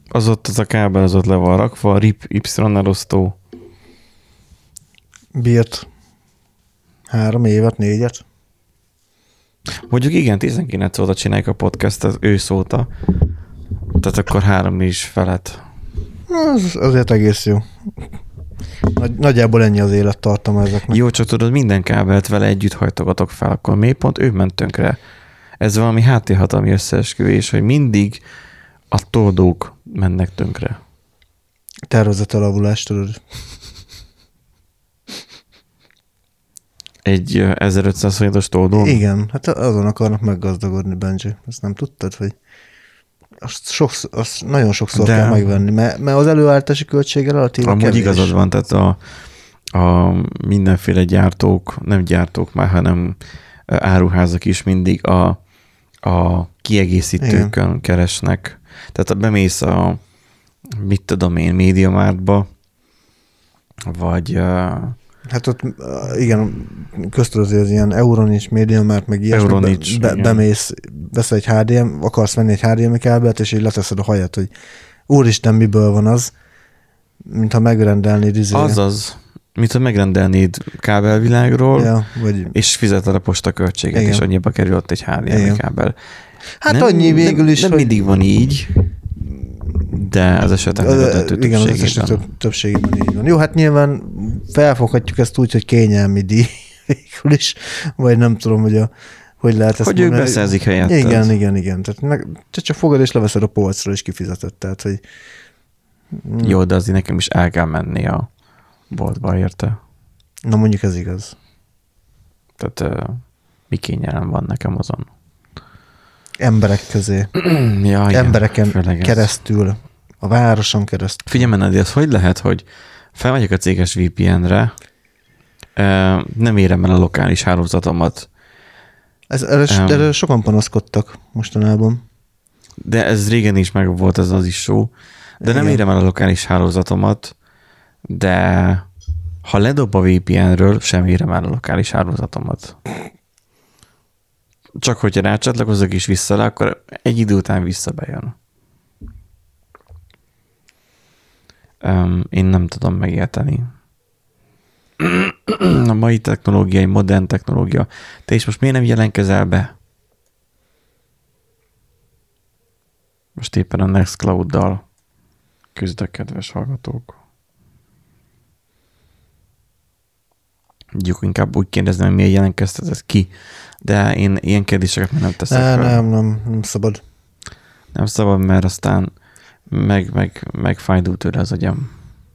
Az ott az a kábel, az ott le van rakva, a RIP Y-elosztó. Bírt 3 évet, 4-et. Mondjuk igen, 19 óta csinálják a podcastet ősz óta. Tehát akkor 3 is felett. Az azért egész jó. Nagyjából ennyi az élettartama ezeknek. Jó, csak tudod, minden kábelt vele együtt hajtogatok fel, akkor miért pont ő ment tönkre? Ez valami háttérhatalmi összeesküvés, hogy mindig a toldók mennek tönkre. Tervezet tudod. Egy 1500 forintos toldó? Igen, hát azon akarnak meggazdagodni, Benji. Ezt nem tudtad, hogy azt nagyon sokszor kell megvenni, mert az előállítási költsége relatíve amúgy kevés. igazad van, tehát a mindenféle gyártók, nem gyártók már, hanem áruházak is mindig a kiegészítőkön igen. keresnek. Tehát bemész mit tudom én, MediaMarktba, vagy hát ott igen, köztudott az ilyen Euron is, MediaMarkt, meg ilyesmi, bemész, veszel egy akarsz venni egy HDMI kábelt, és így leteszed a hajat, hogy úristen, miből van az, mintha megrendelnéd Azaz, mintha megrendelnéd kábelvilágról, ja, és fizeted a postaköltséget, igen. és annyiba kerül ott egy HDMI igen. kábel. Hát nem, annyi végül is, nem hogy... mindig van így, de az esetek igen, az esetek többségében így van. Jó, hát nyilván felfoghatjuk ezt úgy, hogy kényelmi díj végül is, vagy nem tudom, hogy lehet ezt hogy mondani. Ők beszerzik helyetted. Igen. Tehát csak fogad és leveszed a polcról, és kifizeted. Tehát, hogy... Jó, de azért nekem is el kell menni a boltba, érte? Na mondjuk ez igaz. Tehát mi van nekem azon? Emberek közé. Ja, embereken keresztül. A városon keresztül. Figyelj, Nadi, az hogy lehet, hogy felmegyek a céges VPN-re, nem érem el a lokális hálózatomat. Erről sokan panaszkodtak mostanában. De ez régen is meg volt ez az issue. De igen. Nem érem el a lokális hálózatomat, de ha ledob a VPN-ről, sem érem el a lokális hálózatomat. Csak hogyha rácsatlakozok és vissza le, akkor egy idő után visszabejön. Én nem tudom megérteni. A mai technológiai, modern technológia. Te is most miért nem jelentkezel be? Most éppen a Nextcloud-dal küzdök, kedves hallgatók. Mondjuk inkább úgy kérdezném, hogy miért jelentkeztetett ki, de én ilyen kérdéseket már nem teszek fel. Nem szabad. Nem szabad, mert aztán megfájdul tőle az agyam.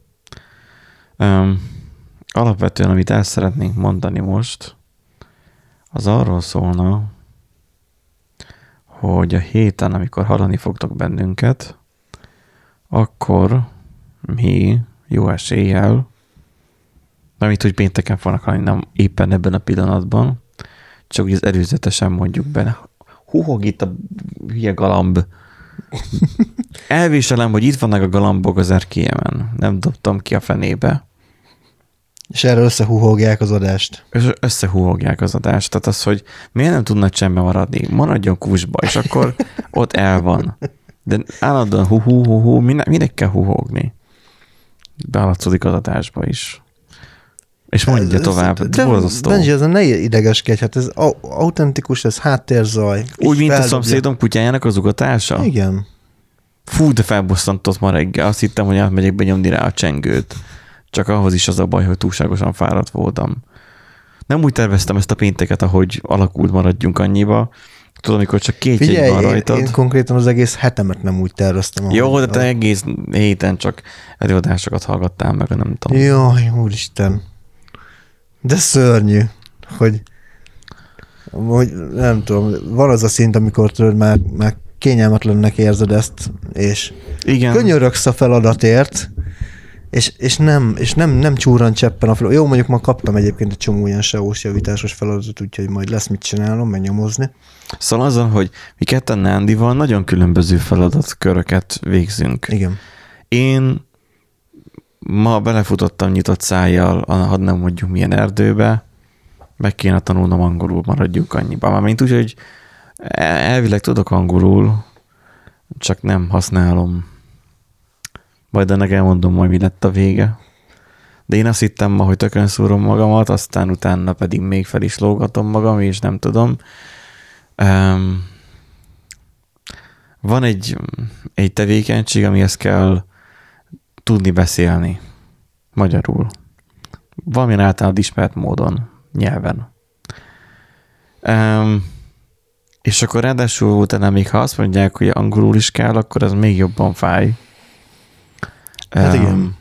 Alapvetően, amit el szeretnénk mondani most, az arról szólna, hogy a héten, amikor hallani fogtok bennünket, akkor mi jó eséllyel, amit úgy pénteken fognak hallani, nem éppen ebben a pillanatban, csak úgy az előzetesen mondjuk benne. Húhog itt a hülye galamb. Elviselem, hogy itt vannak a galambok az erkélyemen. Nem dobtam ki a fenébe. És erről összehúhogják az adást. Összehúhogják az adást. Tehát az, hogy miért nem tudna csendben maradni? Maradjon kúsba, és akkor ott el van. De állandóan hú, minek kell húhogni? Bealatszódik az adásba is. És mondja tovább. Benji, ez ne idegeskedj, hát ez autentikus, ez háttérzaj. Úgy, mint a szomszédom kutyájának az ugatása? Igen. Fú, de felbosszantott ma reggel. Azt hittem, hogy átmegyek benyomni rá a csengőt. Csak ahhoz is az a baj, hogy túlságosan fáradt voltam. Nem úgy terveztem ezt a pénteket, ahogy alakult, maradjunk annyiba. Tudom, amikor csak két jegy van rajtad. Én konkrétan az egész hetemet nem úgy terveztem. Jó, de te egész héten csak előadásokat hallgattál meg, nem tudom. Jaj, úristen. De szörnyű, hogy nem tudom, van az a szint, amikor tudod, már kényelmetlennek érzed ezt, és igen. Könyörögsz a feladatért, és nem csúran cseppen a feladat. Jó, mondjuk ma kaptam egyébként egy csomó ilyen SEO-s javításos feladatot, úgyhogy majd lesz mit csinálnom, meg nyomozni. Szóval azon, hogy mi ketten Nándival nagyon különböző feladatköröket végzünk. Igen. Én ma belefutottam nyitott szájjal, hadd nem mondjuk milyen erdőbe, meg kéne tanulnom angolul, maradjunk annyiba. Mármint úgy, hogy elvileg tudok angolul, csak nem használom. Majd ennek elmondom, majd mi lett a vége. De én azt hittem ma, hogy tökön szúrom magamat, aztán utána pedig még fel is lógatom magam, és nem tudom. Van egy tevékenység, amihez kell tudni beszélni magyarul. Valamilyen általán ismert módon, nyelven. És akkor ráadásul utána még ha azt mondják, hogy angolul is kell, akkor az még jobban fáj. Hát igen.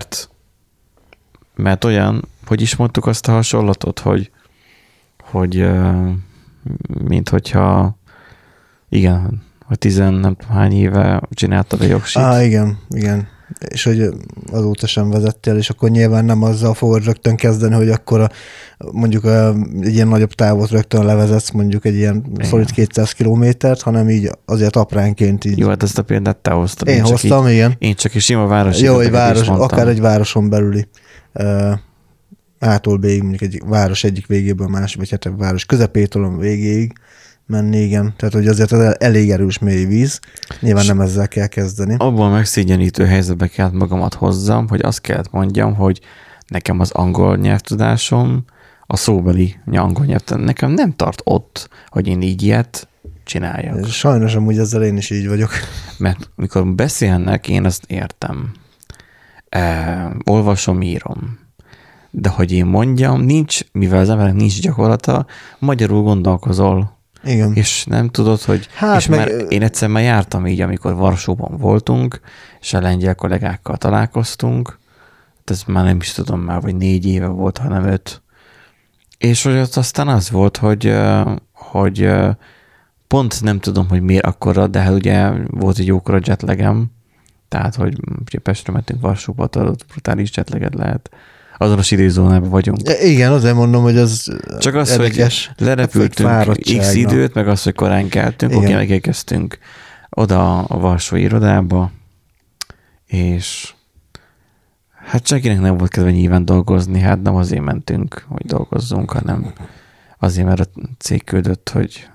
Mert olyan, hogy is mondtuk azt a hasonlatot, hogy mint hogyha igen, hogy nem tudom hány éve csináltad a jogsit. Igen. És hogy azóta sem vezettél, és akkor nyilván nem azzal fogod rögtön kezdeni, hogy akkor mondjuk egy ilyen nagyobb távot rögtön levezetsz, mondjuk egy ilyen szolid 200 kilométert, hanem így azért apránként így. Jó, hát ezt a példát te hoztad. Én hoztam, igen. Én csak is sima városi. Jó, akár egy városon belüli. A-tól B-ig, mondjuk egy város egyik végéből másik, vagy hát a város közepétől a végéig menni, igen. Tehát, hogy azért az elég erős mély víz. Nyilván nem ezzel kell kezdeni. Abban megszégyenítő helyzetbe kellett magamat hozzam, hogy azt kellett mondjam, hogy nekem az angol nyelvtudásom, a szóbeli angol nyelvtudásom, nekem nem tart ott, hogy én így ilyet csináljak. Sajnos amúgy ezzel én is így vagyok. Mert mikor beszélnek, én azt értem. Olvasom, írom. De hogy én mondjam, mivel az embernek nincs gyakorlata, magyarul gondolkozol. Igen. És nem tudod, hogy... és én egyszer már jártam így, amikor Varsóban voltunk, és a lengyel kollégákkal találkoztunk, ez már nem is tudom már, vagy 4 éve volt, hanem 5. És hogy ott aztán az volt, hogy pont nem tudom, hogy miért akkora, de hát ugye volt egy jókora jetlegem, tehát, hogy Pestre mentünk Varsóba, ott brutális jetleget lehet. Azonos időzónában vagyunk. Igen, azért mondom, hogy az csak az, érdekes, hogy lerepültünk x időt, meg az, hogy korán keltünk, oké, megérkeztünk oda a Varsói irodába, és hát senkinek nem volt kedve nyilván dolgozni, hát nem azért mentünk, hogy dolgozzunk, hanem azért, mert a cég küldött, hogy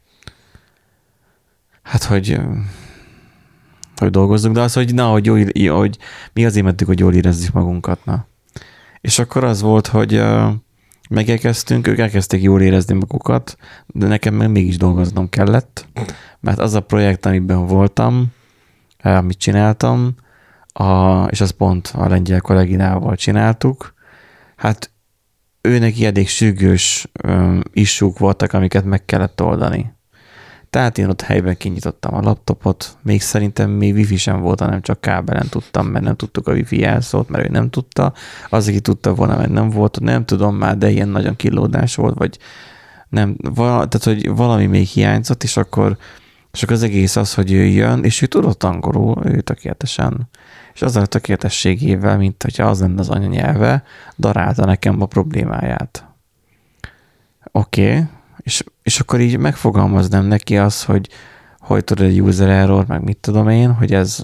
dolgozzunk, de az, hogy hogy mi azért mentünk, hogy jól érezzük magunkat, na. És akkor az volt, hogy megérkeztünk, ők elkezdték jól érezni magukat, de nekem meg mégis dolgoznom kellett, mert az a projekt, amiben voltam, amit csináltam, és az pont a lengyel kolléginával csináltuk, hát őnek elég sürgős issúk voltak, amiket meg kellett oldani. Tehát én ott helyben kinyitottam a laptopot, még szerintem még wifi sem volt, hanem csak kábelen tudtam, mert nem tudtuk a wifi jelszót, mert ő nem tudta. Az, aki tudta volna, mert nem volt, nem tudom már, de ilyen nagyon kilódás volt, vagy nem, tehát, hogy valami még hiányzott, és akkor az egész az, hogy ő jön, és ő tudott angolul, ő tökéletesen, és azzal a tökéletességével, mint hogyha az lenne az anyanyelve, darálta nekem a problémáját. Oké. És akkor így megfogalmaznám neki azt, hogy tudod, egy user error, meg mit tudom én, hogy ez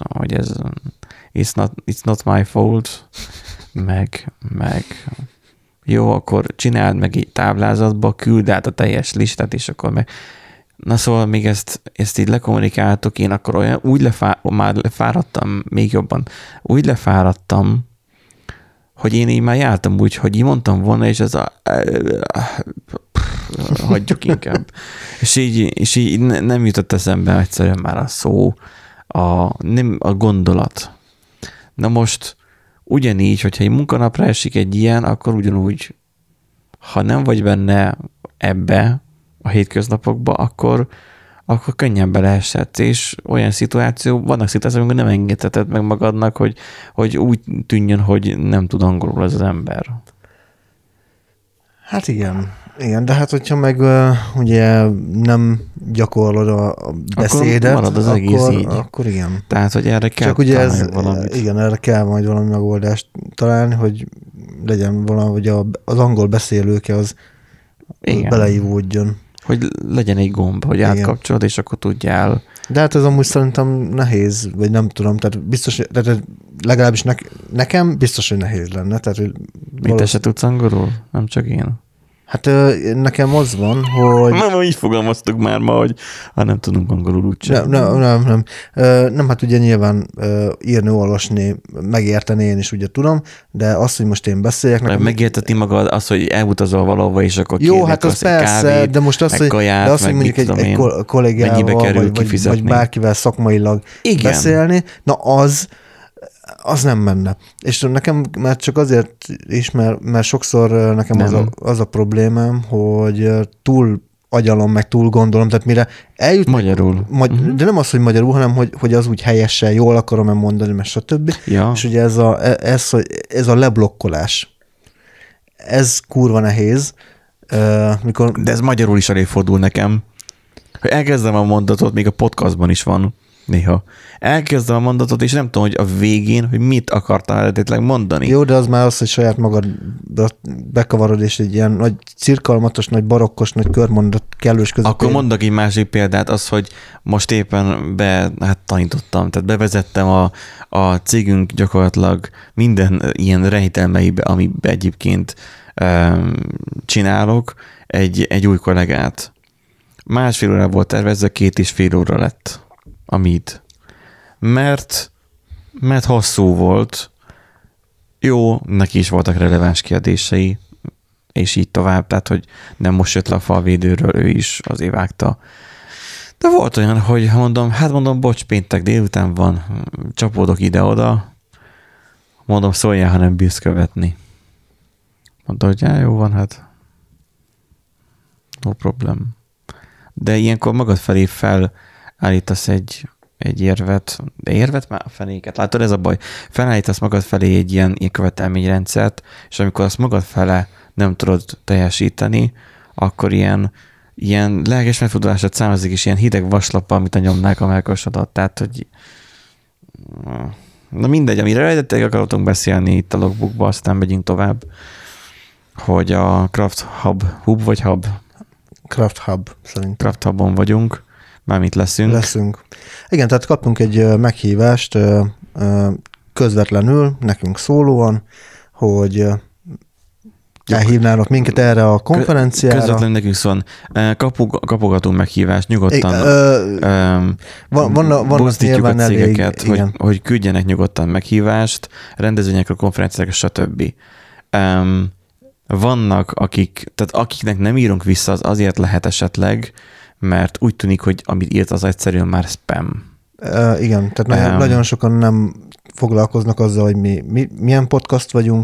it's not my fault, meg jó, akkor csináld meg egy táblázatba, küld át a teljes listát, és akkor meg na szóval még ezt így lekommunikáltuk, én akkor már lefáradtam még jobban, úgy lefáradtam, hogy én így már jártam úgy, hogy így mondtam volna, és ez hagyjuk inkább. és így nem jutott eszembe egyszerűen már a szó, a gondolat. Na most ugyanígy, hogyha egy munkanapra esik egy ilyen, akkor ugyanúgy, ha nem vagy benne ebbe a hétköznapokba, akkor könnyen beleeshetsz, és olyan vannak szituációk, amikor nem engedheted meg magadnak, hogy úgy tűnjön, hogy nem tud angolul az ember. Hát igen, de hát hogyha meg ugye nem gyakorlod a beszédet, akkor marad az egész így. Akkor igen. Tehát, hogy erre kell csak ugye valamit. Igen, erre kell majd valami megoldást találni, hogy legyen valahogy az angol beszélőke az beleívódjon. Hogy legyen egy gomb, hogy átkapcsolod, és akkor tudjál. De hát ez amúgy szerintem nehéz, vagy nem tudom, tehát biztos, tehát legalábbis nekem biztos, hogy nehéz lenne. Tehát, hogy te se tudsz angolul? Nem csak én? Hát nekem az van, hogy... Nem, így fogalmaztuk már ma, hogy nem tudunk angolul úgyse. Nem. Nem, hát ugye nyilván írni, olvasni, megérteni én is ugye tudom, de az, hogy most én beszéljek... Nekem... Megérteti magad az, hogy elutazol valahova, és akkor jó, hát az persze, kávét, de most az, hogy, kaját, de az, hogy mondjuk egy kollégával, vagy bárkivel szakmailag beszélni, na az nem menne. És nekem már csak azért is, mert sokszor nekem az a problémám, hogy túl agyalom, meg túl gondolom, tehát mire eljut... Magyarul. De nem az, hogy magyarul, hanem hogy az úgy helyesen, jól akarom-e mondani, meg stb. Ja. És ugye ez a leblokkolás. Ez kurva nehéz. Mikor... De ez magyarul is előfordul nekem. Hogy elkezdem a mondatot, még a podcastban is van néha. Elkezdem a mondatot, és nem tudom, hogy a végén, hogy mit akartam eredetileg mondani. Jó, de az már az, hogy saját magad bekavarod, és egy ilyen nagy cirkalmatos, nagy barokkos, nagy körmondat kellős közepén. Akkor mondok egy másik példát, az, hogy most éppen tanítottam, tehát bevezettem a cégünk gyakorlatilag minden ilyen rejtelmeibe, amiben egyébként csinálok, egy új kollégát. 1,5 óra volt tervezve, 2,5 óra lett a meet. Mert hosszú volt, jó, neki is voltak releváns kérdései, és így tovább, tehát, hogy nem most jött le a falvédőről, ő is azért vágta. De volt olyan, hogy mondom, bocs, péntek délután van, csapódok ide-oda, mondom, szóljál, ha nem bírsz követni. Mondta, hogy jó van, hát no problem. De ilyenkor magad felé felállítasz egy érvet, de érvet már a fenéket. Látod, ez a baj. Felállítasz magad felé egy ilyen követelményrendszert, és amikor azt magad fele nem tudod teljesíteni, akkor ilyen lelkes megfordulásod származik, és ilyen hideg vaslappal, amit a nyomnák a melkosodat. Tehát, hogy na mindegy, amire eredetileg akartunk beszélni itt a logbookba, aztán megyünk tovább, hogy a Craft Hub vagy Hub? Craft Hub, szerintem. Craft Hubon vagyunk, mármint leszünk. Igen, tehát kaptunk egy meghívást közvetlenül, nekünk szólóan, hogy elhívnának minket erre a konferenciára. Közvetlenül nekünk szóval kapogatunk meghívást, nyugodtan vannak nyilván elég, hogy küldjenek nyugodtan meghívást, rendezvényekre, konferenciákra, stb. Vannak, akiknek nem írunk vissza, az azért lehet esetleg, mert úgy tűnik, hogy amit írt, az egyszerűen már spam. Igen, tehát nagyon sokan nem foglalkoznak azzal, hogy mi milyen podcast vagyunk.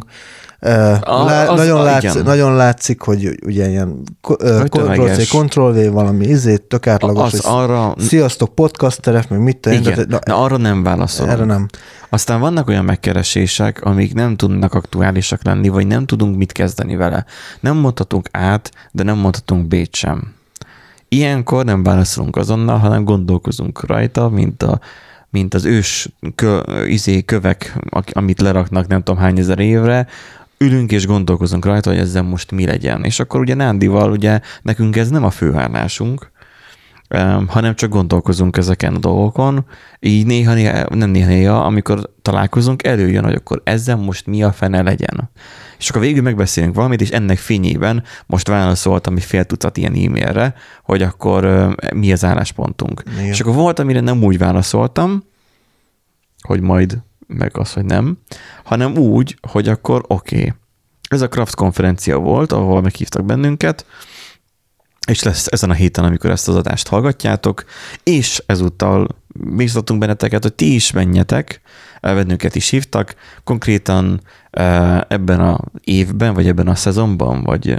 Nagyon látszik, hogy ugye ilyen Ctrl-C, valami tök átlagos, sziasztok podcasterek, meg mit tenni. Arra nem válaszolom. Erre nem. Aztán vannak olyan megkeresések, amik nem tudnak aktuálisak lenni, vagy nem tudunk mit kezdeni vele. Nem mondhatunk át, de nem mondhatunk B-t sem. Ilyenkor nem válaszolunk azonnal, hanem gondolkozunk rajta, mint az ős kövek, amit leraknak nem tudom hány ezer évre, ülünk és gondolkozunk rajta, hogy ezzel most mi legyen. És akkor ugye Nándival ugye nekünk ez nem a főállásunk, hanem csak gondolkozunk ezeken a dolgokon, így néha, amikor találkozunk, előjön, hogy akkor ezzel most mi a fene legyen. És akkor végül megbeszélünk valamit, és ennek fényében most válaszoltam egy fél tucat ilyen e-mailre, hogy akkor mi az álláspontunk. Igen. És akkor volt, amire nem úgy válaszoltam, hogy majd meg az, hogy nem, hanem úgy, hogy akkor oké. Ez a Craft konferencia volt, ahol meghívtak bennünket, és lesz ezen a héten, amikor ezt az adást hallgatjátok, és ezúttal bíztatunk benneteket, hogy ti is menjetek, bennünket is hívtak, konkrétan ebben az évben, vagy ebben a szezonban, vagy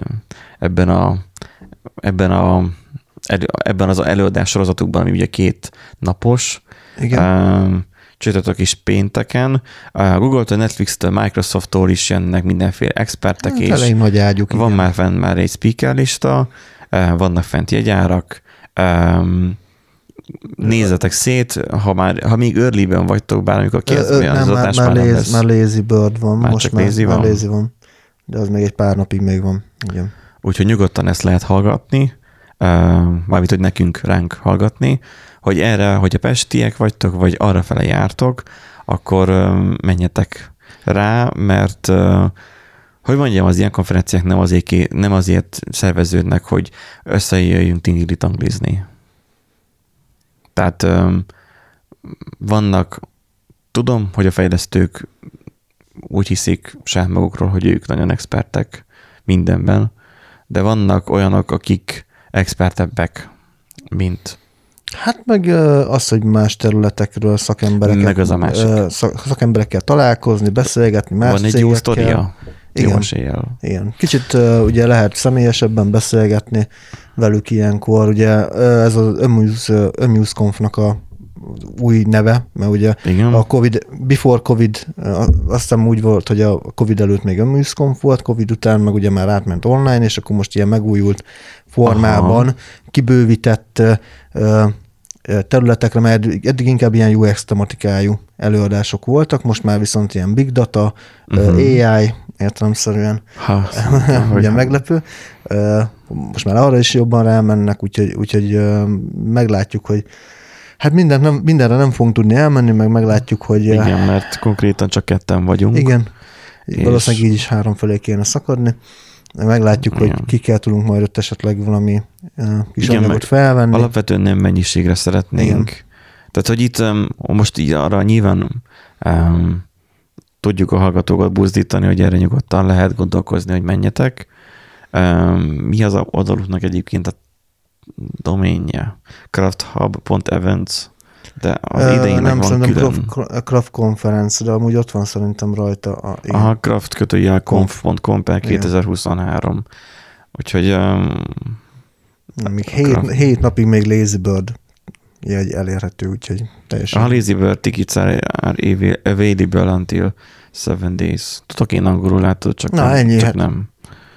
ebben az előadás sorozatukban, ami ugye 2 napos, csütörtök is pénteken. Google-től, Netflix-től, Microsoft-tól is jönnek mindenféle expertek, és elég nagy ágyuk, van már fenn egy speaker lista, vannak fent jegyárak, nézzetek szét, ha még early-ben vagytok, bár amikor kérdezni az adás már nem lesz. Már Lazy Bird van. Már most már lazy van. De az még egy pár napig még van. Igen. Úgyhogy nyugodtan ezt lehet hallgatni, mármint, hogy nekünk ránk hallgatni, hogy erre, hogyha pestiek vagytok, vagy arrafele jártok, akkor menjetek rá, mert hogy mondjam, az ilyen konferenciák nem azért szerveződnek, hogy összejöjjünk tingli-tanglizni. Tehát tudom, hogy a fejlesztők úgy hiszik saját magukról, hogy ők nagyon expertek mindenben, de vannak olyanok, akik expertebbek, mint... Hát meg az, hogy más területekről szakemberekkel találkozni, beszélgetni más van egy jó sztoria. Igen. Kicsit ugye lehet személyesebben beszélgetni velük ilyenkor. Ugye ez az Amuse Conf-nak a új neve, mert ugye igen. A before Covid, aztán úgy volt, hogy a Covid előtt még Amuse Conf volt, Covid után meg ugye már átment online, és akkor most ilyen megújult formában kibővített területekre, mert eddig inkább ilyen UX tematikájú előadások voltak, most már viszont ilyen big data, AI, értelemszerűen, ugye meglepő. Most már arra is jobban rámennek, úgyhogy meglátjuk, hogy hát mindenre nem fogunk tudni elmenni, meg meglátjuk, hogy... Igen, mert konkrétan csak ketten vagyunk. Igen, valószínűleg így is három felé kéne szakadni. Meglátjuk, igen. Hogy kikkel tudunk majd ott esetleg valami kis anyagot felvenni. Alapvetően nem mennyiségre szeretnénk. Igen. Tehát, hogy itt most így arra nyilván tudjuk a hallgatókat buzdítani, hogy erre nyugodtan lehet gondolkozni, hogy menjetek. Mi az oldaluknak egyébként a doménje? crafthub.events, de az idején nem van külön. Craft Conference, de amúgy ott van szerintem rajta. Aha, craft-conf.com per 2023. Úgyhogy... még 7 napig még Lazy Bird jegy elérhető, úgyhogy teljesen... A Lazy Bird tickets are available until 7 days. Tudok én angolul, látod, csak nem.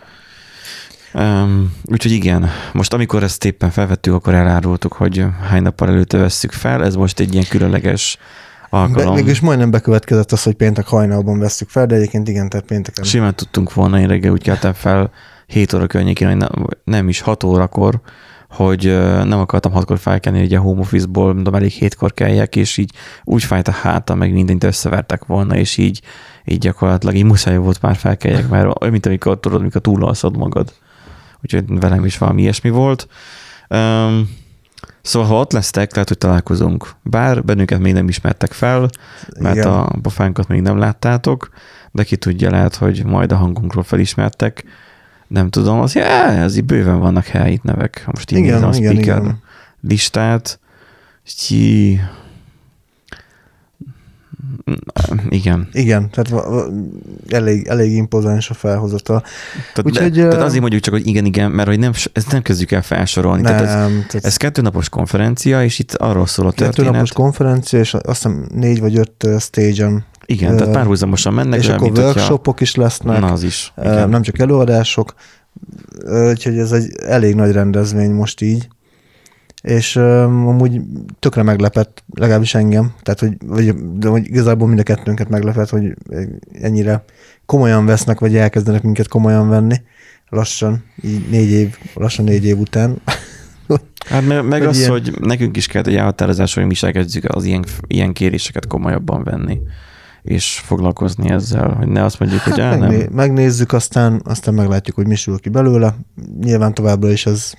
Úgyhogy igen, most amikor ezt éppen felvettük, akkor elárultuk, hogy hány nappal előtte vesszük fel, ez most egy ilyen különleges alkalom. Mégis majdnem bekövetkezett az, hogy péntek hajnalban vesszük fel, de egyébként igen, tehát pénteken. Simán tudtunk volna, én reggel úgy keltem fel 7 óra környékén, nem is 6 órakor, hogy nem akartam 6-kor felkelni, ugye a home office-ból, mondom, elég 7-kor keljek, és így úgy fájt a hátam, meg mindent összevertek volna, és így gyakorlatilag így muszáj volt már felkeljek, mert olyan, mint amikor tudod, amikor túlalszod magad. Úgyhogy velem is valami ilyesmi volt. Szóval, ha ott lesztek, lehet, hogy találkozunk. Bár bennünket még nem ismertek fel, mert igen. A pofánkat még nem láttátok, de ki tudja, lehet, hogy majd a hangunkról felismertek. Nem tudom, az így bőven vannak helyi nevek. Most így nézem a speaker listát. Igen, tehát elég impozáns a felhozata. Tehát azért mondjuk csak, hogy igen, mert hogy ezt nem kezdjük el felsorolni. Ez 2 napos konferencia, és itt arról szól a történet. 2 napos konferencia, és azt hiszem 4 vagy 5 stage-on. Igen, tehát párhuzamosan mennek. És akkor workshopok is lesznek. Na, az is. Nem csak előadások. Úgyhogy ez egy elég nagy rendezvény most így. És amúgy tökre meglepett, legalábbis engem, tehát hogy igazából mind a kettőnket meglepett, hogy ennyire komolyan vesznek, vagy elkezdenek minket komolyan venni, lassan 4 év után. Hát meg az, hogy nekünk is kell egy elhatározás, hogy mi is elkezdjük az ilyen kéréseket komolyabban venni, és foglalkozni ezzel, hogy ne azt mondjuk, hogy nem. Megnézzük, aztán meglátjuk, hogy mi sül ki belőle. Nyilván továbbra is ez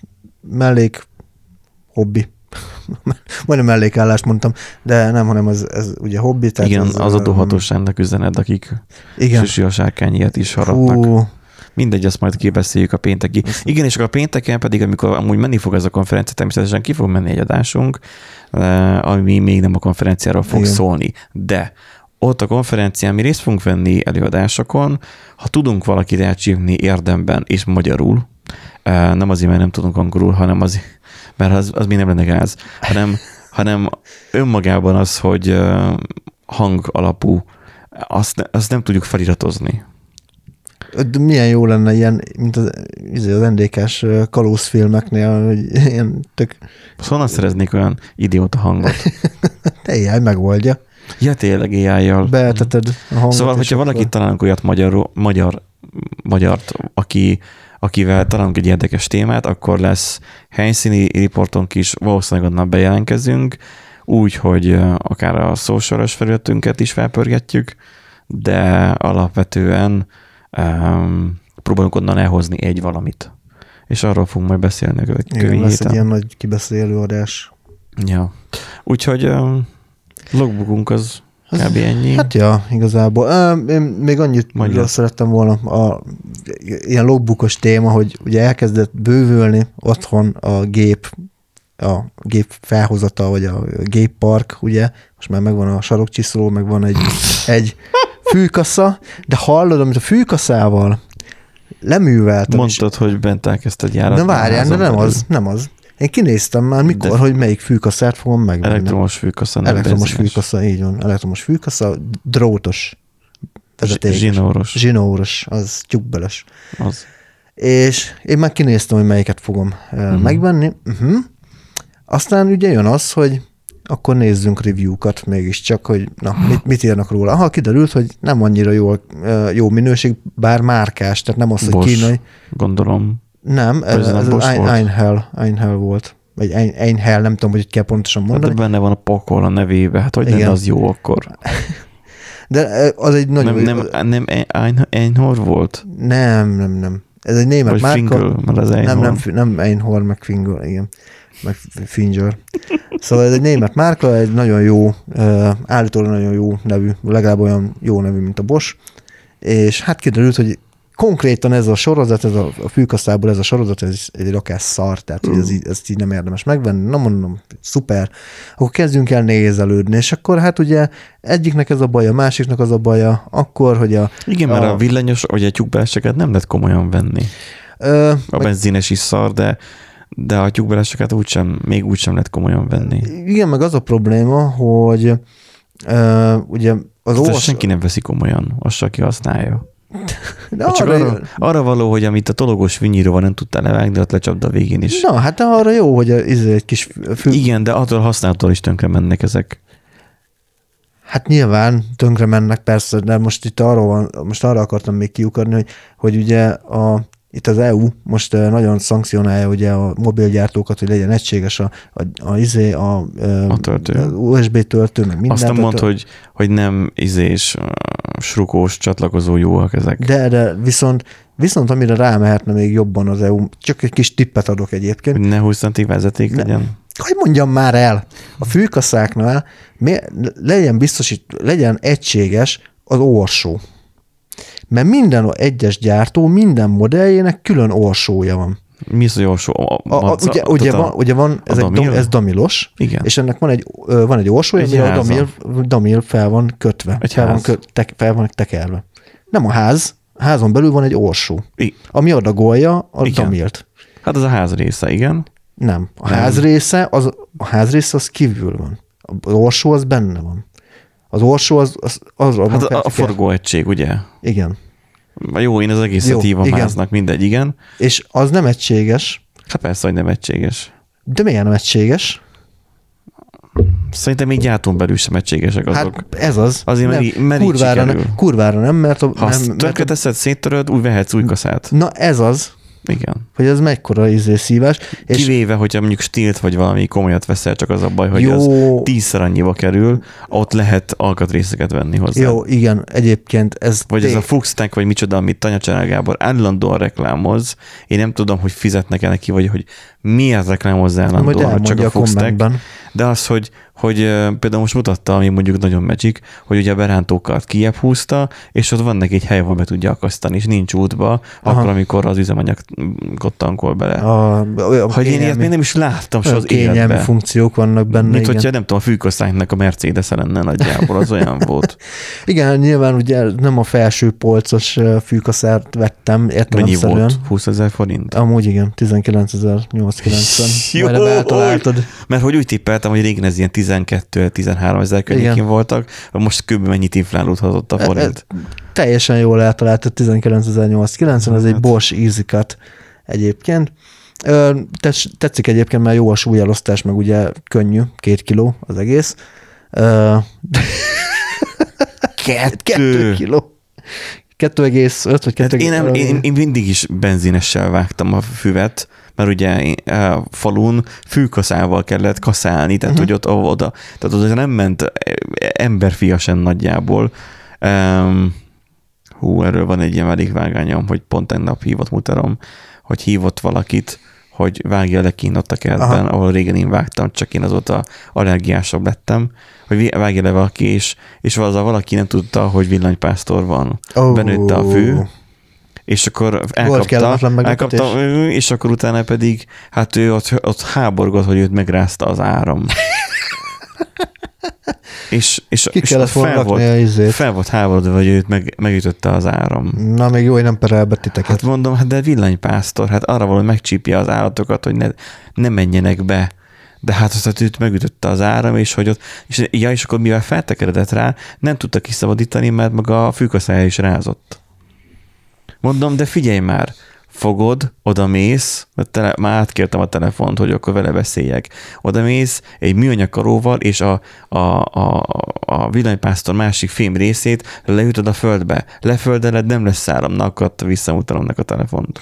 hobbi. Majdnem mellékállást mondtam, de nem, hanem ez ugye hobbi. Tehát igen, az adóhatóságnak üzened, akik süsi a sárkányját is harapnak. Mindegy, azt majd kibeszéljük a pénteki. Igen, és akkor a pénteken pedig, amikor amúgy menni fog ez a konferencia, természetesen ki fog menni egy adásunk, ami még nem a konferenciáról fog szólni. De ott a konferencián mi részt fogunk venni előadásokon, ha tudunk valakit elcsípni érdemben és magyarul, nem azért, mert nem tudunk angolul, hanem azért, mert az még nem lenne gáz, hanem önmagában az, hogy hang alapú, azt nem tudjuk feliratozni. De milyen jó lenne ilyen, mint az NDK-s kalózfilmeknél, hogy ilyen tök... Honnan szereznék olyan idióta hangot? AI megoldja. Ja, tényleg AI-jal. Beelteted a hangot. Szóval, hogyha valakit találunk olyat magyart, akivel találunk egy érdekes témát, akkor lesz helyszíni riportunk is, valószínűleg onnan bejelentkezünk, úgy, hogy akár a social-os felületünket is felpörgetjük, de alapvetően próbálunk onnan elhozni egy valamit. És arról fogunk majd beszélni a következő héten. Lesz egy ilyen nagy kibeszélő adás. Ja. Úgyhogy logbookunk az kb. Ennyi. Hát ja, igazából. Én még annyit szerettem volna ilyen logbookos téma, hogy ugye elkezdett bővülni otthon a gép felhozata, vagy a géppark, ugye, most már megvan a sarokcsiszoló, meg van egy fűkassa, de hallod, amit a fűkasszával leműveltem. Mondtad, hogy bent elkezdted járatni. Na várjál, de nem az. Én kinéztem már mikor, hogy melyik fűkasszát fogom megvenni. Elektromos fűkassa. Elektromos fűkassa, így van. Elektromos fűkassa, drótos. Zsinóros, az tyúkbeles. Az. És én már kinéztem, hogy melyiket fogom megvenni. Aztán ugye jön az, hogy akkor nézzünk review-kat mégiscsak, hogy na, mit írnak róla. Aha, kiderült, hogy nem annyira jó minőség, bár márkás, tehát nem az, hogy kínai. Gondolom. Nem, ez az Einhell volt. Vagy Einhell, nem tudom, hogy kell pontosan mondani. De benne van a Pakol a nevébe, hát hogy lenne az jó akkor? De az egy nagyon... Nem Einhorn volt? Nem. Ez egy német vagy márka. Fingel, mert az Einhorn. Nem Einhorn, meg Fingel, igen. Meg Finger. Szóval ez egy német márka, egy nagyon jó, állítólag nagyon jó nevű, legalább olyan jó nevű, mint a Bosch. És hát kiderült, hogy konkrétan ez a sorozat, ez a fűkasszából ez a sorozat, ez egy rakás szar, tehát ezt így nem érdemes megvenni. Na mondom, szuper. Akkor kezdjünk el nézelődni, és akkor hát ugye egyiknek ez a baja, másiknak az a baja, akkor, hogy igen, mert a villanyos, vagy a tyúkbeleseket nem lehet komolyan venni. A benzines is szar, de a tyúkbeleseket még úgysem lehet komolyan venni. Igen, meg az a probléma, hogy ugye az senki nem veszi komolyan, azt se, aki használja. De csak arra való, hogy amit a tologos vinnyíróval nem tudtál levágni, ott lecsapd a végén is. Na, hát arra jó, hogy egy kis igen, de attól használattól is tönkre mennek ezek. Hát nyilván tönkre mennek persze, de most itt arra akartam még kiukadni, hogy ugye itt az EU most nagyon szankcionálja ugye a mobilgyártókat, hogy legyen egységes a USB töltő, meg minden. Azt nem mondd, hogy nem srukós csatlakozó jóak ezek. De viszont amire rámehetne még jobban az EU, csak egy kis tippet adok egyébként. Hogy ne 20 centi vezeték legyen? Hogy mondjam már el, a fűkasszáknál legyen egységes az orsó. Mert minden egyes gyártó, minden modelljének külön orsója van. Mi az, hogy orsó? Ugye van ez damilos, igen. És ennek van egy orsója, amire a damil fel van kötve. Fel van tekerve. Nem a ház, a házon belül van egy orsó, ami adagolja a damilt. Hát az a ház része, igen. Nem. A ház része az kívül van. Az orsó az benne van. Az orsó az hát a forgóegység, ugye? Igen. Jó, én az egészet hívom háznak, mindegy, igen. És az nem egységes. Hát persze, hogy nem egységes. De miért nem egységes? Szerintem még gyártón belül sem egységesek azok. Hát ez az. Azért mert kurvára nem, mert... Ha tönkreteszed, szétterőd, úgy vehetsz új kaszát. Na ez az. Igen. Hogy ez mekkora szívás. Kivéve, hogyha mondjuk stilt vagy valami komolyat veszel, csak az a baj, hogy az 10-szer annyiba kerül, ott lehet alkatrészeket venni hozzá. Jó, igen, egyébként ez... Vagy ez a Fuchs-tank, vagy micsoda, amit Tanyacsanál Gábor állandóan reklámoz. Én nem tudom, hogy fizetnek-e neki, vagy hogy miért reklámozza állandóan, csak a Fuchs-tank. De az, hogy például most mutatta, ami mondjuk nagyon magic, hogy ugye a berántókat kijebb húzta, és ott van neki egy hely, ahol be tudja akasztani, és nincs útba, akkor, amikor az üzemanyagot tankol bele. Hogy én ilyet még nem is láttam soha az életben. Kényelmi funkciók vannak benne. Mint hogyha nem tudom, a fűkasszánknak a Mercedes lenne nagyjából, az olyan volt. Igen, nyilván ugye nem a felső polcos fűkasszát vettem értelemszerűen. Mennyi volt? 20 000 forint? Amúgy igen, 19.890. Jó, mert hogy úgy tippeltem, hogy régen ez ilyen 12-13 ezer környékén voltak, most kb. Mennyit inflálódhatott a forint? Teljesen jól eltaláltad, 19.890, ez egy Bosch EasyCut egyébként. Tetszik egyébként, mert jó a súlyelosztás, meg ugye könnyű, 2 kiló az egész. 2 kiló. 2,5 vagy 2,5. Én mindig is benzinessel vágtam a füvet, mert ugye falun fűkaszával kellett kaszálni, tehát hogy oda. Tehát oda nem ment emberfiasen nagyjából. erről van egy ilyen mellékvágányom, hogy pont tegnap hívott muterom, hogy hívott valakit, hogy vágja le kint ott a kertben, ahol régen én vágtam, csak én azóta allergiásabb lettem, hogy vágja le valaki, és valaki nem tudta, hogy villanypásztor van. Benőtte a fű, és akkor elkapta, és akkor utána pedig, hát ő ott háborgott, hogy őt megrázta az áram. és fel volt háborodva, hogy őt megütötte az áram. Na, még jó, hogy nem perelbe titeket. Hát mondom, de villanypásztor, hát arra való, hogy megcsípje az állatokat, hogy ne menjenek be. De hát azt őt megütötte az áram, és hogy ott, és akkor mivel feltekeredett rá, nem tudta kiszabadítani, mert maga a fűkaszája is rázott. Mondom, de figyelj már, fogod, odamész, mert már átkértem a telefont, hogy akkor vele beszéljek. Odamész egy műanyag karóval, és a villanypásztor másik fém részét leütöd a földbe. Leföldeled, nem lesz áramnak, adta visszamutalomnak a telefont.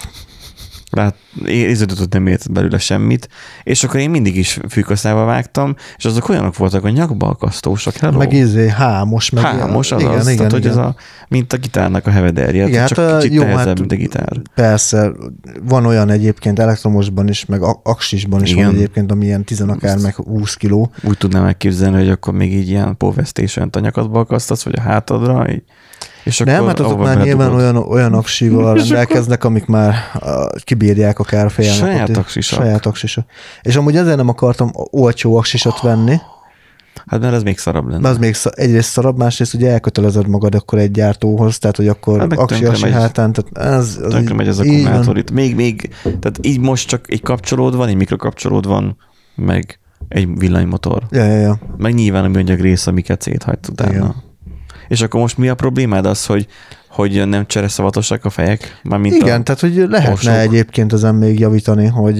Érződött, nem ért belőle semmit, és akkor én mindig is fűkaszával vágtam, és azok olyanok voltak, hogy nyakba akasztósak. Meg hámos. Hámos, azaz, tehát hogy ez mint a gitárnak a hevederje, igen, csak hát kicsit nehezebb, mint a gitár. Persze, van olyan egyébként elektromosban is, meg aksisban is van egyébként, ami ilyen 10 akár meg 20 kiló. Úgy tudnám elképzelni, hogy akkor még így ilyen póvesztésen a nyakadba akasztasz, vagy a hátadra, így. És nem, hát azok már nyilván olyan aksival rendelkeznek, amik már kibírják akár a fejelnapot. Saját aksisok. És amúgy ezért nem akartam olcsó aksisot venni. Hát mert ez még szarabb lenne. Az még egyrészt szarabb, másrészt ugye elkötelezed magad akkor egy gyártóhoz, tehát hogy akkor aksi hátán. Tönkre megy ez a akkumulátor itt. Még, tehát így most csak egy kapcsolód van, egy mikrokapcsolód van, meg egy villanymotor. Ja. Meg nyilván a műanyag rész, amiket széthagysz utána. Igen. És akkor most mi a problémád az, hogy nem csereszavatosak a fejek? Igen, tehát hogy lehetne orsók. Egyébként ezen még javítani, hogy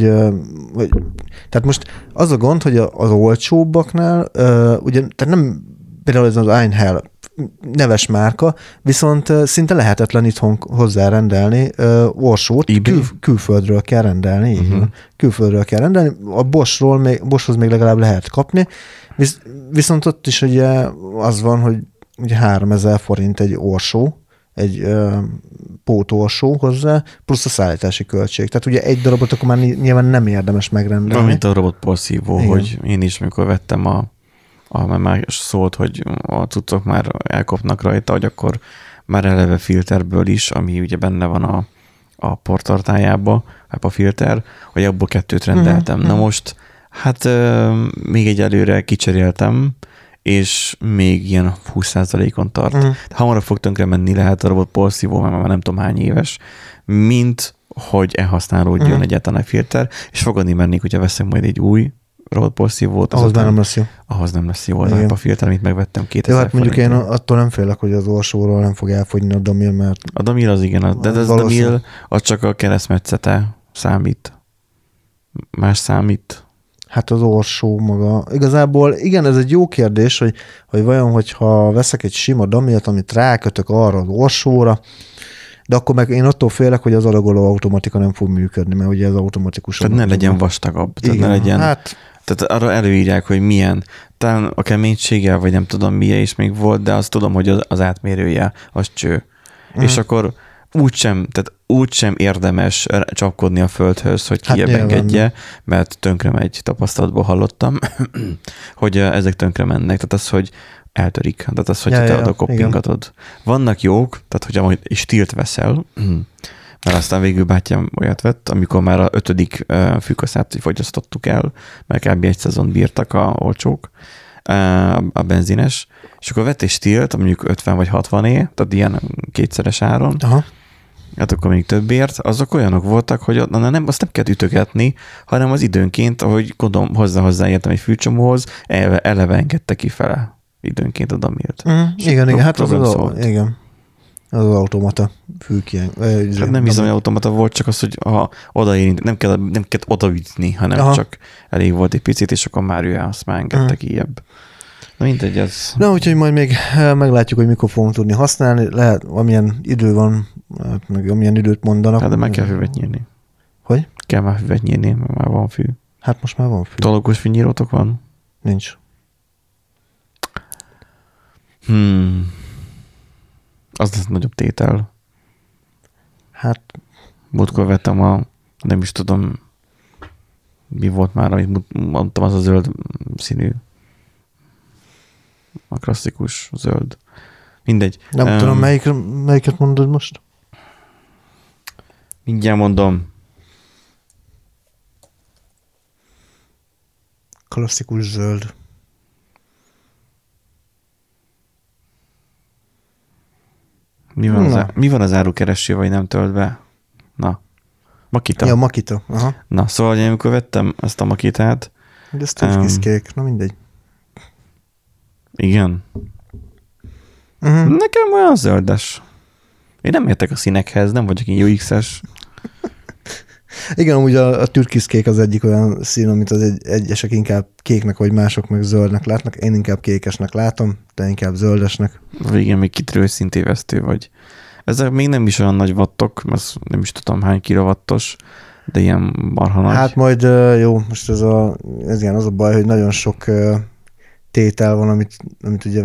tehát most az a gond, hogy az olcsóbbaknál, ugye, tehát nem például ez az Einhell neves márka, viszont szinte lehetetlen itthon hozzárendelni orsót, külföldről kell rendelni, külföldről kell rendelni, a Boschhoz még legalább lehet kapni, viszont ott is ugye az van, hogy ugye 3000 forint egy orsó, egy pótorsó hozzá, plusz a szállítási költség. Tehát ugye egy darabot akkor már nyilván nem érdemes megrendelni. Mint a robotporszívó, hogy én is, mikor vettem már szólt, hogy a cuccok már elkopnak rajta, hogy akkor már eleve filterből is, ami ugye benne van a portartájába, a filter, hogy abból 2 rendeltem. Na most, hát még egy előre kicseréltem, és még ilyen 20%-on tart. Hamarabb fog tönkre menni, lehet a robotporszívó, mert már nem tudom hány éves, mint hogy elhasználódjon egyáltalán a filter, és fogadni mennék, hogyha veszek majd egy új robotporszívót. Ahhoz már nem lesz jó. Ahhoz nem lesz jó a filter, amit megvettem 2000 hát mondjuk én attól nem félek, hogy az orsóról nem fog elfogyni a Damil, mert... A Damil az igen, de ez a Damil az csak a keresztmetszete számít. Más számít. Hát az orsó maga. Igazából igen, ez egy jó kérdés, hogy vajon, hogyha veszek egy sima Damilt, amit rákötök arra az orsóra, de akkor meg én attól félek, hogy az adagoló automatika nem fog működni, mert ugye ez automatikusan... Tehát ne legyen vastagabb. Tehát igen, ne legyen... Tehát arra előírják, hogy milyen. Talán a keménységgel, vagy nem tudom milyen is még volt, de azt tudom, hogy az átmérője, az cső. És akkor úgysem érdemes csapkodni a földhöz, hogy kiebengedje, mert tönkre megy, tapasztalatból hallottam, hogy ezek tönkre mennek. Tehát az, hogy eltörik. Tehát az, hogy te oda koppingatod. Vannak jók, tehát hogy amúgy stilt veszel, mert aztán végül bátyám olyat vett, amikor már a 5. fűkaszát fogyasztottuk el, mert kb. Egy szezon bírtak a olcsók, a benzines, és akkor vett egy stilt, mondjuk 50 vagy 60 tehát ilyen 2-szeres áron, hát akkor még többért, azok olyanok voltak, hogy azt nem kell ütögetni, hanem az időnként, ahogy gondolom hozzáértem egy fűcsomóhoz, eleve engedte kifele időnként a Damilt. Igen, hát igen. Az automata fűkien. Hát nem hiszem, hogy automata volt, csak az, hogy odaérint, nem kell odaütni, hanem csak elég volt egy picit, és akkor már ő azt már engedte kijebb. Na mindegy, ez... Na, úgyhogy majd még meglátjuk, hogy mikor fogunk tudni használni. Lehet, amilyen idő van, meg amilyen időt mondanak. Hát de meg kell füvet nyírni. Hogy? Kell már füvet nyírni, mert már van fű. Hát most már van fű. Talogos fűnyírótok van? Nincs. Az lesz nagyobb tétel. Hát... Múltkor vettem nem is tudom, mi volt már, amit mondtam, az a zöld színű. A klasszikus zöld. Mindegy. Nem tudom, melyiket mondod most? Mindjárt mondom. Klasszikus zöld. Mi van az árukereső, vagy nem tölt be? Na. Makita. Ja, Makita. Aha. Na, szóval amikor vettem ezt a Makitát. De ez türkiszkék, na mindegy. Igen. Nekem olyan zöldes. Én nem értek a színekhez, nem vagyok én UX-es. Igen, amúgy a türkiszkék az egyik olyan szín, amit az egyesek inkább kéknek, vagy mások meg zöldnek látnak. Én inkább kékesnek látom, de inkább zöldesnek. Igen, még kitörő szintévesztő vagy. Ezek még nem is olyan nagy wattok, mert nem is tudom hány kilowattos, de ilyen marha nagy. Hát majd jó, most ez az a baj, hogy nagyon sok tétel van, amit ugye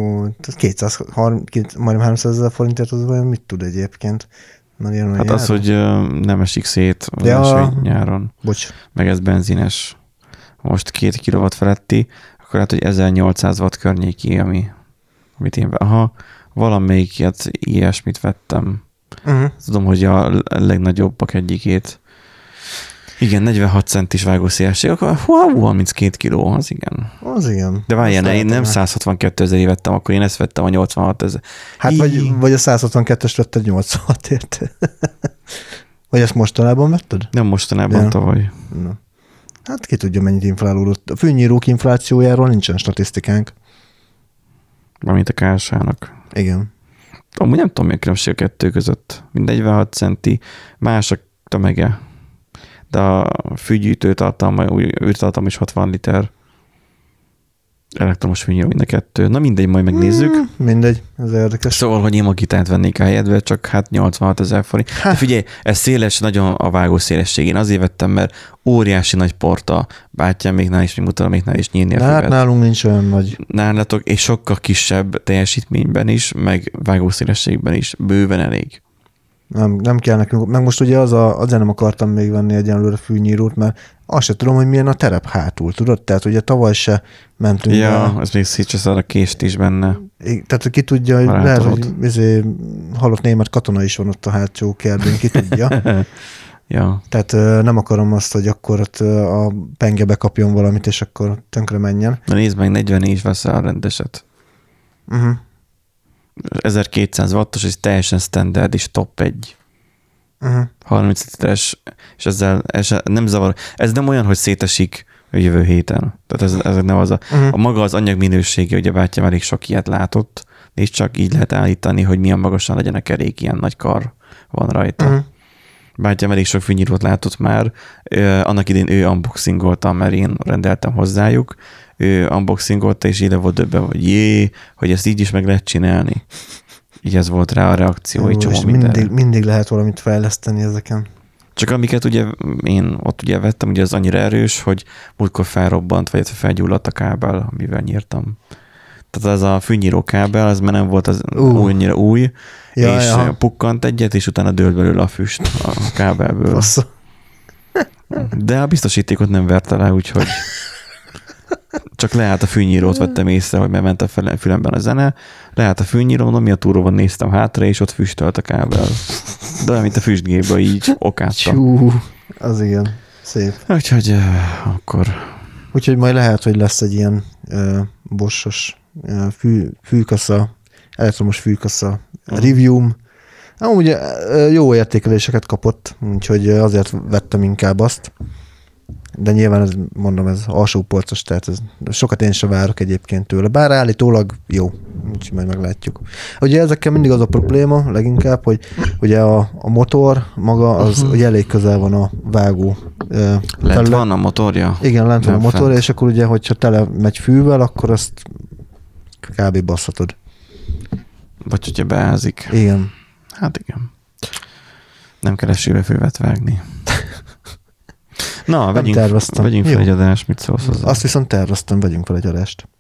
230, majdnem 300 000 forintért, az olyan mit tud egyébként? Hát az, hogy nem esik szét az első nyáron. Bocs. Meg ez benzines. Most 2 kilowatt feletti, akkor hát, hogy 1800 watt környéki, amit én valamelyik ilyesmit vettem. Tudom, hogy a legnagyobbak egyikét. Igen, 46 centis vágószélesség, akkor 32 kiló, az igen. Az igen. De várjál, én nem 162 000 vettem, akkor én ezt vettem a 86 000. Hát vagy a 162-est vetted 86-ért. Vagy ezt mostanában vetted? Nem mostanában, tavaly. Na. Hát ki tudja, mennyit inflálódott. A fűnyírók inflációjáról nincsen statisztikánk. Valamint a KSH-nak. Igen. Amúgy nem tudom, mi a különbség a kettő között. Mind 46 centi, más a tömege. De a fűgyűjtő tartalma, űrtartalma is 60 liter. Elektromos fűnyíró mind a kettő. Na mindegy, majd megnézzük. Mindegy, ez érdekes. Szóval, hogy én Makitát vennék a helyedbe, csak hát 86 000 forint. De figyelj, ez széles, nagyon a vágó szélesség. Én azért vettem, mert óriási nagy porta. Bátyáméknál is, mutatóméknál is nyírni a füvet. Hát nálunk nincs olyan nagy. Nálatok, és sokkal kisebb teljesítményben is, meg vágószélességben is. Bőven elég. Nem kell nekünk. Meg most ugye azért nem akartam még venni egyenlőre fűnyírót, mert azt sem tudom, hogy milyen a terep hátul, tudod? Tehát ugye tavaly se mentünk. Ja, ez még szétcseszed a kést is benne. Tehát ki tudja, hogy lehet, hogy halott német katona is van ott a hátsó kertben, ki tudja. Ja. Tehát nem akarom azt, hogy akkor ott a penge bekapjon valamit, és akkor tönkre menjen. Na nézd meg, 44 veszel a rendeset. 1200 wattos, és teljesen standard és top 1. 30 literes, és ezzel nem zavar. Ez nem olyan, hogy szétesik a jövő héten. Tehát ez nem az a maga az anyag minősége, ugye bátyám elég sok ilyet látott, és csak így lehet állítani, hogy milyen magasan legyen a kerék, ilyen nagy kar van rajta. Bátyám elég sok fűnyírót látott már. Annak idén ő unboxingolta, mert én rendeltem hozzájuk. Ő unboxingolta, és ide volt döbben, hogy hogy ezt így is meg lehet csinálni. Így ez volt rá a reakció. Mindig lehet valamit fejleszteni ezeken. Csak amiket ugye én ott ugye vettem, ugye az annyira erős, hogy múltkor felrobbant, vagy felgyulladt a kábel, amivel nyírtam. Tehát az a fűnyíró kábel, az már nem volt az annyira új, és pukkant egyet, és utána dőlt belőle a füst a kábelből. Bassza. De a biztosítékot nem verte le, úgyhogy csak leállt a fűnyírót, vettem észre, hogy ment a fülemben a zene, leállt a fűnyíró, mondom, mi a túróban néztem hátra, és ott füstölt a kábel. De olyan, mint a füstgépbe, így okátta. Az igen, szép. Úgyhogy akkor... Úgyhogy majd lehet, hogy lesz egy ilyen Bosch-os fűkassa, elektromos fűkassa review-m. Amúgy jó értékeléseket kapott, úgyhogy azért vettem inkább azt. De nyilván ez alsó polcos, tehát sokat én sem várok egyébként tőle. Bár állítólag jó, úgyhogy majd meglátjuk. Ugye ezekkel mindig az a probléma leginkább, hogy ugye a motor maga az ugye elég közel van a vágó. Lent van a motorja? Igen, lent van a motorja, és akkor ugye, hogyha tele megy fűvel, akkor azt kb. Basszhatod. Vagy hogyha beázik. Igen. Hát igen. Nem kell esőfővet vágni. Na, vegyünk fel egy adást, mit szólsz hozzá? Azt viszont terveztem, vegyünk fel egy adást.